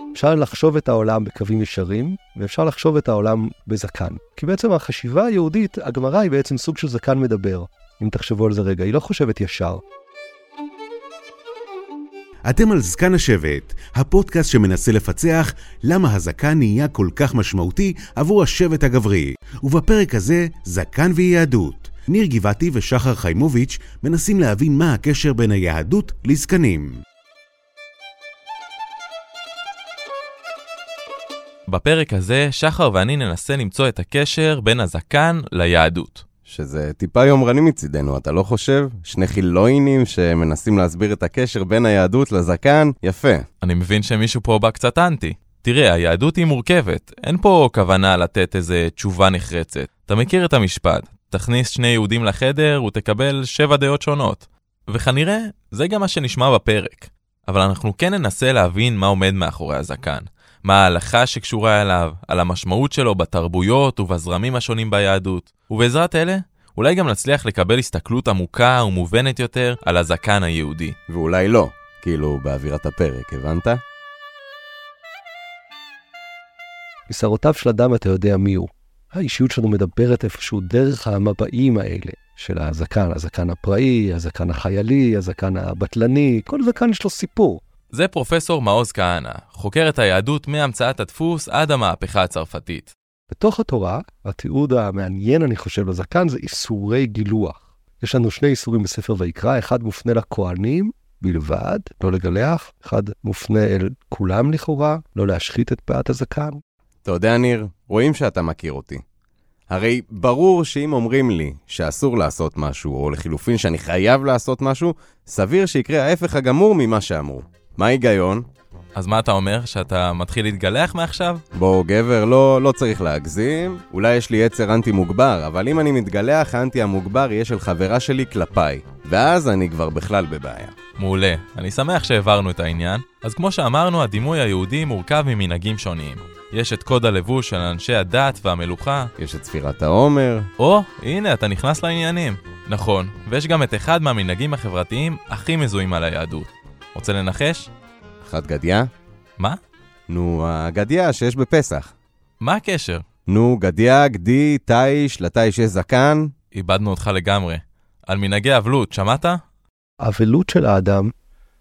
אפשר לחשוב את העולם בקווים ישרים, ואפשר לחשוב את העולם בזקן. כי בעצם החשיבה היהודית, הגמרא היא בעצם סוג של זקן מדבר. אם תחשבו על זה רגע, היא לא חושבת ישר. אתם על זקן השבט, הפודקאסט שמנסה לפצח למה הזקן נהיה כל כך משמעותי עבור השבט הגברי. ובפרק הזה, זקן ויהדות. ניר גבעתי ושחר חיימוביץ' מנסים להבין מה הקשר בין היהדות לזקנים. בפרק הזה, שחר ואני ננסה למצוא את הקשר בין הזקן ליהדות. שזה טיפה יומרני מצידנו, אתה לא חושב? שני חילוינים שמנסים להסביר את הקשר בין היהדות לזקן, יפה. אני מבין שמישהו פה בא קצת אנטי. תראה, היהדות היא מורכבת. אין פה כוונה לתת איזה תשובה נחרצת. אתה מכיר את המשפט. תכניס שני יהודים לחדר ותקבל 7 דעות שונות. וכנראה, זה גם מה שנשמע בפרק. אבל אנחנו כן ננסה להבין מה עומד מאחורי הזקן. מה ההלכה שקשורה אליו, על המשמעות שלו בתרבויות ובזרמים השונים ביהדות. ובעזרת אלה, אולי גם נצליח לקבל הסתכלות עמוקה ומובנת יותר על הזקן היהודי. ואולי לא, כאילו באווירת הפרק, הבנת? משרותיו של אדם אתה יודע מי הוא. האישיות שלנו מדברת איפשהו דרך המבעים האלה של הזקן, הזקן הפראי, הזקן החיילי, הזקן הבטלני, כל זקן יש לו סיפור. זה פרופסור מעוז כהנא, חוקר את היהדות מהמצאת הדפוס עד המהפכה הצרפתית. בתוך התורה, התיעוד המעניין אני חושב לזקן זה איסורי גילוח. יש לנו 2 איסורים בספר ויקרא, אחד מופנה לכהנים בלבד, לא לגלח, אחד מופנה אל כולם לכאורה, לא להשחית את פאת הזקן. אתה יודע ניר, רואים שאתה מכיר אותי. הרי ברור שאם אומרים לי שאסור לעשות משהו, או לחילופין שאני חייב לעשות משהו, סביר שיקרה ההפך הגמור ממה שאמרו. מה ההיגיון? אז מה אתה אומר? שאתה מתחיל להתגלח מעכשיו? בוא גבר, לא צריך להגזים. אולי יש לי יצר אנטי מוגבר, אבל אם אני מתגלח, האנטי המוגבר יהיה של חברה שלי כלפיי. ואז אני כבר בכלל בבעיה. מעולה. אני שמח שהעברנו את העניין. אז כמו שאמרנו, הדימוי היהודי מורכב ממנהגים שוניים. יש את קוד הלבוש של אנשי הדת והמלוכה. יש את ספירת העומר. הנה, אתה נכנס לעניינים. נכון, ויש גם את אחד מהמנהגים החברתיים הכי מזוהים על היהדות. רוצה לנחש? אחת גדיה? מה? נו, הגדיה שיש בפסח. מה הקשר? נו, גדיה, גדי, תאיש, לתאיש יש זקן. איבדנו אותך לגמרי. על מנהגי אבלות, שמעת? האבלות של האדם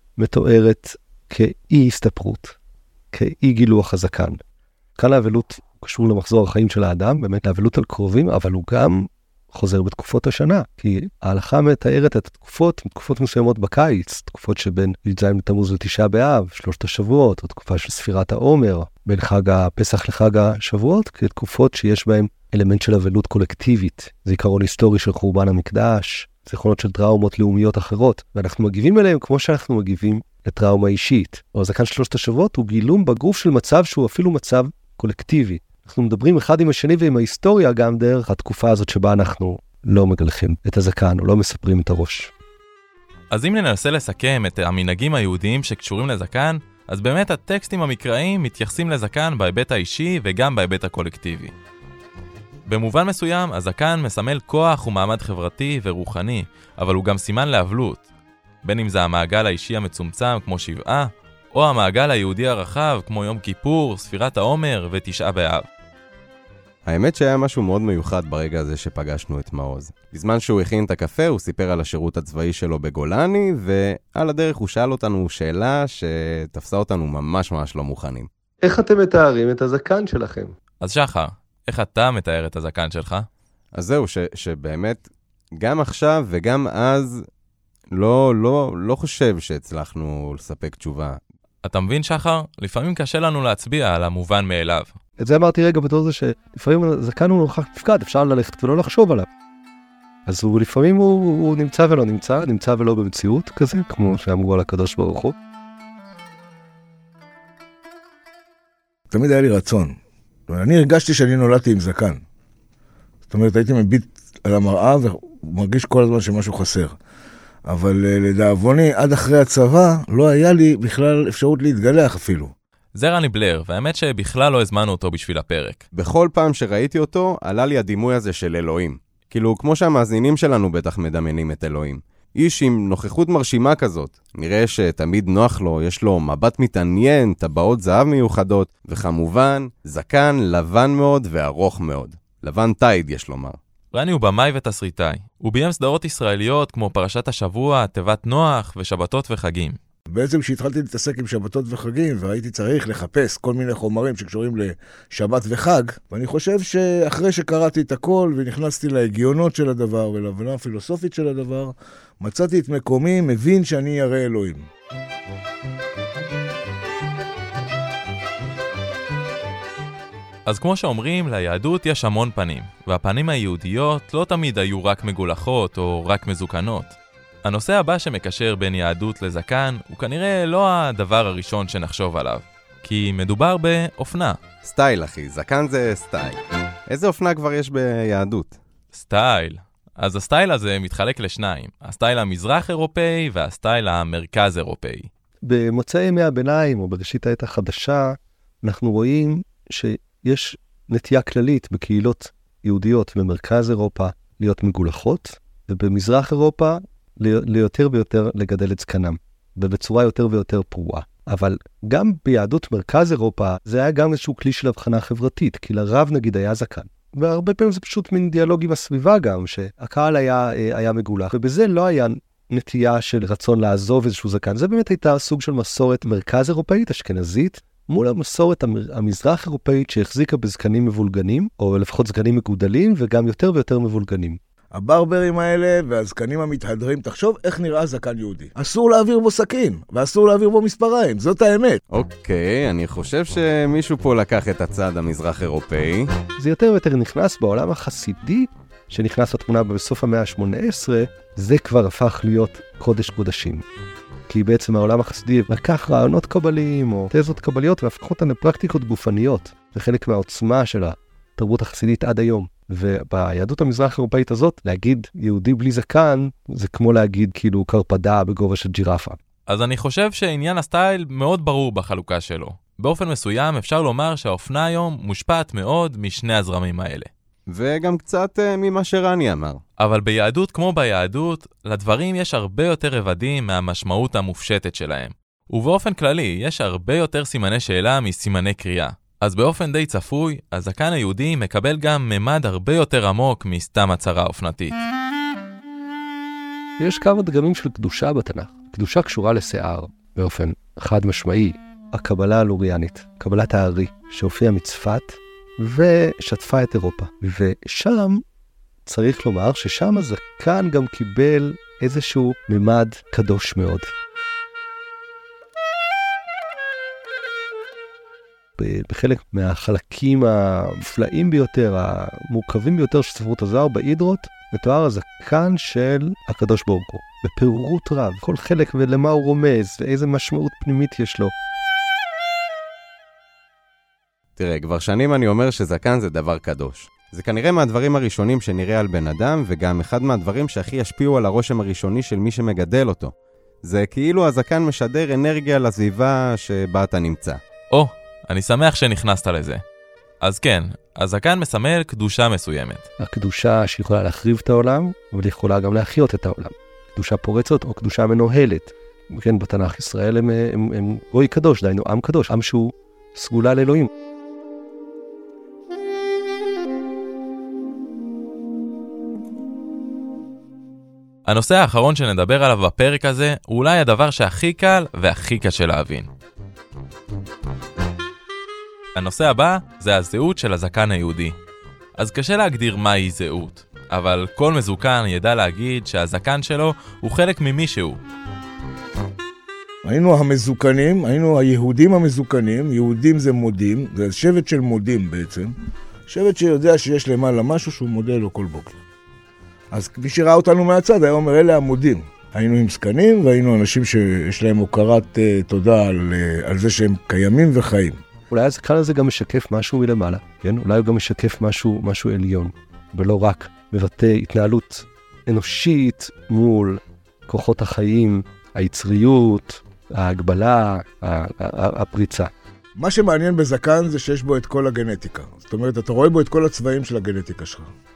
מתוארת כאי הסתפרות, כאי גילוח הזקן. כאן האבלות קשור למחזור החיים של האדם, באמת האבלות על קרובים, אבל הוא גם חוזר בתקופות השנה, כי ההלכה מתארת את תקופות מסוימות בקיץ, תקופות שבין י"ז בתמוז ו9 באב, 3 השבועות, או תקופה של ספירת העומר, בין חג הפסח לחג השבועות, כתקופות שיש בהן אלמנט של אבלות קולקטיבית, זיכרון היסטורי של חורבן המקדש, זיכרונות של טראומות לאומיות אחרות, ואנחנו מגיבים אליהם כמו שאנחנו מגיבים לטראומה אישית. או הזקן של 3 השבועות הוא גילום בגוף של מצב שהוא אפילו מצב קולקטיבי. אנחנו מדברים אחד עם השני ועם ההיסטוריה גם דרך התקופה הזאת שבה אנחנו לא מגלחים את הזקן או לא מספרים את הראש. אז אם ננסה לסכם את המנהגים היהודיים שקשורים לזקן, אז באמת הטקסטים המקראיים מתייחסים לזקן בהיבט האישי וגם בהיבט הקולקטיבי. במובן מסוים, הזקן מסמל כוח ומעמד חברתי ורוחני, אבל הוא גם סימן לאבלות. בין אם זה המעגל האישי המצומצם כמו שבעה, או המעגל היהודי הרחב כמו יום כיפור, ספירת העומר ו9 באב. האמת שהיה משהו מאוד מיוחד ברגע הזה שפגשנו את מעוז. בזמן שהוא הכין את הקפה, הוא סיפר על השירות הצבאי שלו בגולני, ועל הדרך הוא שאל אותנו שאלה שתפסה אותנו ממש לא מוכנים. איך אתם מתארים את הזקן שלכם? אז שחר, איך אתה מתאר את הזקן שלך? אז זהו, שבאמת, גם עכשיו וגם אז, לא חושב שהצלחנו לספק תשובה. אתה מבין שחר? לפעמים קשה לנו להצביע על המובן מאליו. את זה אמרתי רגע בתור זה שלפעמים הזקן הוא נוכח נפקד, אפשר ללכת ולא לחשוב עליו. אז לפעמים הוא נמצא ולא נמצא ולא במציאות כזה, כמו שאמרו על הקדוש ברוך הוא. תמיד היה לי רצון. אני הרגשתי שאני נולדתי עם זקן. זאת אומרת, הייתי מביט על המראה ומרגיש כל הזמן שמשהו חסר. אבל לדאבוני, עד אחרי הצבא, לא היה לי בכלל אפשרות להתגלח אפילו. זה רני בלר, והאמת שבכלל לא הזמנו אותו בשביל הפרק. בכל פעם שראיתי אותו, עלה לי הדימוי הזה של אלוהים. כאילו, כמו שהמאזינים שלנו בטח מדמיינים את אלוהים. איש עם נוכחות מרשימה כזאת. נראה שתמיד נוח לו, יש לו מבט מתעניין, טבעות זהב מיוחדות, וכמובן, זקן לבן מאוד וארוך מאוד. לבן טייד יש לומר. רני הוא במאי ותסריטאי. הוא ביים סדרות ישראליות כמו פרשת השבוע, תיבת נוח ושבתות וחגים. בעצם כשהתחלתי להתעסק עם שבתות וחגים, והייתי צריך לחפש כל מיני חומרים שקשורים לשבת וחג, ואני חושב שאחרי שקראתי את הכל ונכנסתי להגיונות של הדבר ולהבנה הפילוסופית של הדבר, מצאתי את מקומי, מבין שאני ירא אלוהים. אז כמו שאומרים, ליהדות יש המון פנים, והפנים היהודיות לא תמיד היו רק מגולחות או רק מזוקנות. הנושא הבא שמקשר בין יהדות לזקן הוא כנראה לא הדבר הראשון שנחשוב עליו, כי מדובר באופנה. סטייל אחי, זקן זה סטייל. איזה אופנה כבר יש ביהדות? סטייל. אז הסטייל הזה מתחלק לשניים, הסטייל המזרח אירופאי והסטייל המרכז אירופאי. במוצאי ימי הביניים או בראשית העת החדשה, אנחנו רואים שיש נטייה כללית בקהילות יהודיות במרכז אירופה להיות מגולחות, ובמזרח אירופה ליותר ויותר לגדל את זקנם, ובצורה יותר ויותר פרועה. אבל גם ביהדות מרכז אירופה, זה היה גם איזשהו כלי של הבחנה חברתית, כי לרב נגיד היה זקן. והרבה פעמים זה פשוט מין דיאלוג עם הסביבה גם, שהקהל היה מגולח, ובזה לא היה נטייה של רצון לעזוב איזשהו זקן. זה באמת הייתה סוג של מסורת מרכז אירופאית, אשכנזית, מול המסורת המזרח אירופאית שהחזיקה בזקנים מבולגנים, או לפחות זקנים מגודלים, וגם יותר ויותר מבולגנים. הברברים האלה והזקנים המתהדרים, תחשוב איך נראה זקן יהודי. אסור להעביר בו סכין, ואסור להעביר בו מספריים, זאת האמת. אוקיי, אני חושב שמישהו פה לקח את הצד המזרח אירופאי. זה יותר ויותר נכנס בעולם החסידי, שנכנס לתמונה בסוף המאה ה-18, זה כבר הפך להיות קודש קודשים. כי בעצם העולם החסידי לקח רעיונות קבליים או תזות קבליות והפכו אותן לפרקטיקות גופניות. זה חלק מהעוצמה של התרבות החסידית עד היום. וביהדות המזרח אירופאית הזאת, להגיד יהודי בלי זקן, זה כמו להגיד כאילו קרפדה בגובה של ג'ירפה. אז אני חושב שעניין הסטייל מאוד ברור בחלוקה שלו. באופן מסוים אפשר לומר שהאופנה היום מושפעת מאוד משני הזרמים האלה. וגם קצת ממה שרני אמר. אבל ביהדות כמו ביהדות, לדברים יש הרבה יותר רבדים מהמשמעות המופשטת שלהם. ובאופן כללי, יש הרבה יותר סימני שאלה מסימני קריאה. אז באופן די צפוי, הזקן היהודי מקבל גם ממד הרבה יותר עמוק מסתם הצהרה אופנתית. יש כמה דגמים של קדושה בתנ"ך. קדושה קשורה לשיער, באופן חד משמעי. הקבלה הלוריאנית, קבלת הארי, שהופיעה מצפת ושטפה את אירופה. ושם צריך לומר ששם הזקן גם קיבל איזשהו ממד קדוש מאוד. בחלק מהחלקים המופלאים ביותר, המורכבים ביותר של ספרות הזוהר, בהידרות, מתואר הזקן של הקדוש ברוך הוא. בפירוט רב, כל חלק ולמה הוא רומז, ואיזה משמעות פנימית יש לו. תראה, כבר שנים אני אומר שזקן זה דבר קדוש. זה כנראה מהדברים הראשונים שנראה על בן אדם, וגם אחד מהדברים שהכי ישפיעו על הרושם הראשוני של מי שמגדל אותו. זה כאילו הזקן משדר אנרגיה לסביבה שבה אתה נמצא. אני שמח שנכנסת לזה. אז כן, הזקן מסמל קדושה מסוימת. הקדושה שיכולה להחריב את העולם, אבל יכולה גם להחיות את העולם. קדושה פורצת או קדושה מנוהלת. כן, בתנ"ך ישראל הם גוי קדוש, דיינו עם קדוש, עם שהוא סגולה לאלוהים. הנושא האחרון שנדבר עליו בפרק הזה, הוא אולי הדבר שהכי קל והכי קשה להבין. הנושא הבא זה הזהות של הזקן היהודי. אז קשה להגדיר מהי זהות, אבל כל מזוקן ידע להגיד שהזקן שלו הוא חלק ממישהו. היינו המזוקנים, היינו היהודים המזוקנים, יהודים זה מודים, זה שבט של מודים בעצם, שבט שיודע שיש למעלה משהו שהוא מודה לו כל בוקר. אז מי שראה אותנו מהצד היה אומר, אלה המודים. היינו עם זקנים והיינו אנשים שיש להם הוקרת תודה על זה שהם קיימים וחיים. אולי הזקן הזה גם משקף משהו מלמעלה, כן? אולי הוא גם משקף משהו עליון, ולא רק מבטא התנהלות אנושית מול כוחות החיים, היצריות, ההגבלה, הפריצה. מה שמעניין בזקן זה שיש בו את כל הגנטיקה. זאת אומרת, אתה רואה בו את כל הצבעים של הגנטיקה שלך.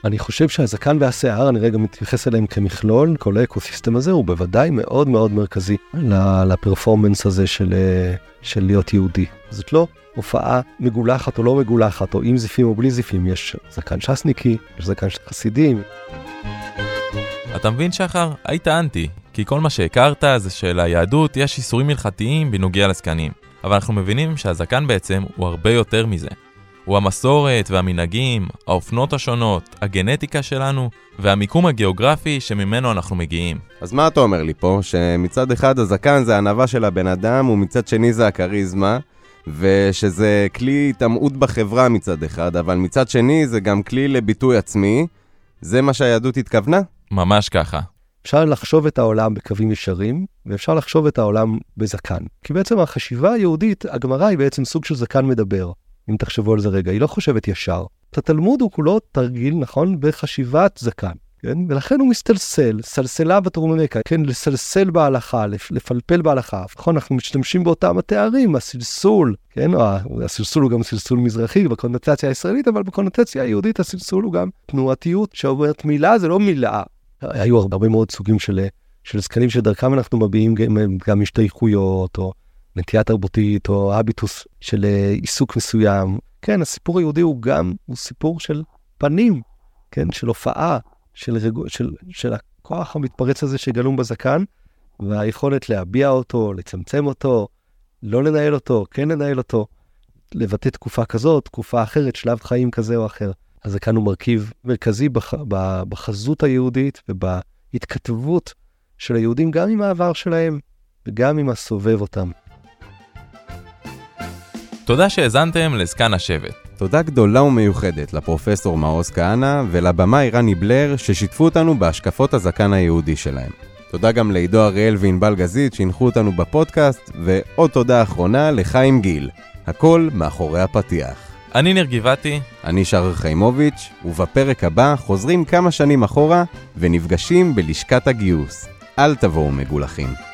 אני חושב שהזקן והשיער, אני רגע מתייחס אליהם כמכלול, כל האקוסיסטם הזה הוא בוודאי מאוד מאוד מרכזי לפרפורמנס הזה של להיות יהודי. זאת לא הופעה מגולחת או לא מגולחת, או עם זיפים או בלי זיפים, יש זקן שסניקי, יש זקן של חסידים. אתה מבין שחר? היית אנטי, כי כל מה שהכרת זה שליהדות יש איסורים הלכתיים בנוגע לזקנים. אבל אנחנו מבינים שהזקן בעצם הוא הרבה יותר מזה. הוא המסורת והמנהגים, האופנות השונות, הגנטיקה שלנו והמיקום הגיאוגרפי שממנו אנחנו מגיעים. אז מה אתה אומר לי פה? שמצד אחד הזקן זה הענווה של הבן אדם ומצד שני זה הקריזמה, ושזה כלי התאמעות בחברה מצד אחד, אבל מצד שני זה גם כלי לביטוי עצמי. זה מה שהיהדות התכוונה? ממש ככה. אפשר לחשוב את העולם בקווים ישרים, ואפשר לחשוב את העולם בזקן. כי בעצם החשיבה היהודית, הגמרא היא בעצם סוג של זקן מדבר. אם תחשבו על זה רגע, היא לא חושבת ישר. התלמוד הוא כולו תרגיל, נכון, בחשיבת זקן, כן? ולכן הוא מסתלסל, סלסלה בתרוממקה, כן? לסלסל בהלכה, לפלפל בהלכה. נכון, אנחנו משתמשים באותם התארים, הסלסול, כן? הסלסול הוא גם סלסול מזרחי בקונוטציה הישראלית, אבל בקונוטציה היהודית הסלסול הוא גם תנועתיות, שאומרת מילה זה לא מילה. היו הרבה מאוד סוגים של זקנים שדרכם אנחנו מביעים גם השתייכויות, או נטייה תרבותית, או הביטוס של עיסוק מסוים. כן, הסיפור היהודי הוא גם, הוא סיפור של פנים, כן, של הופעה, של הכוח המתפרץ הזה שגלום בזקן, והיכולת להביע אותו, לצמצם אותו, לא לנהל אותו, כן לנהל אותו, לבטא תקופה כזאת, תקופה אחרת, שלב חיים כזה או אחר. הזקן הוא מרכיב מרכזי בחזות היהודית ובהתכתבות של היהודים, גם עם העבר שלהם וגם עם הסובב אותם. תודה שהזנתם לזקן השבט. תודה גדולה ומיוחדת לפרופסור מעוז כהנא ולבמאי רני בלר ששיתפו אותנו בהשקפות הזקן היהודי שלהם. תודה גם לעידו אריאל וענבל גזית שהנחו אותנו בפודקאסט, ועוד תודה אחרונה לחיים גיל. הכל מאחורי הפתיח. אני ניר גבעתי. אני שחר חיימוביץ', ובפרק הבא חוזרים כמה שנים אחורה ונפגשים בלשכת הגיוס. אל תבואו מגולחים.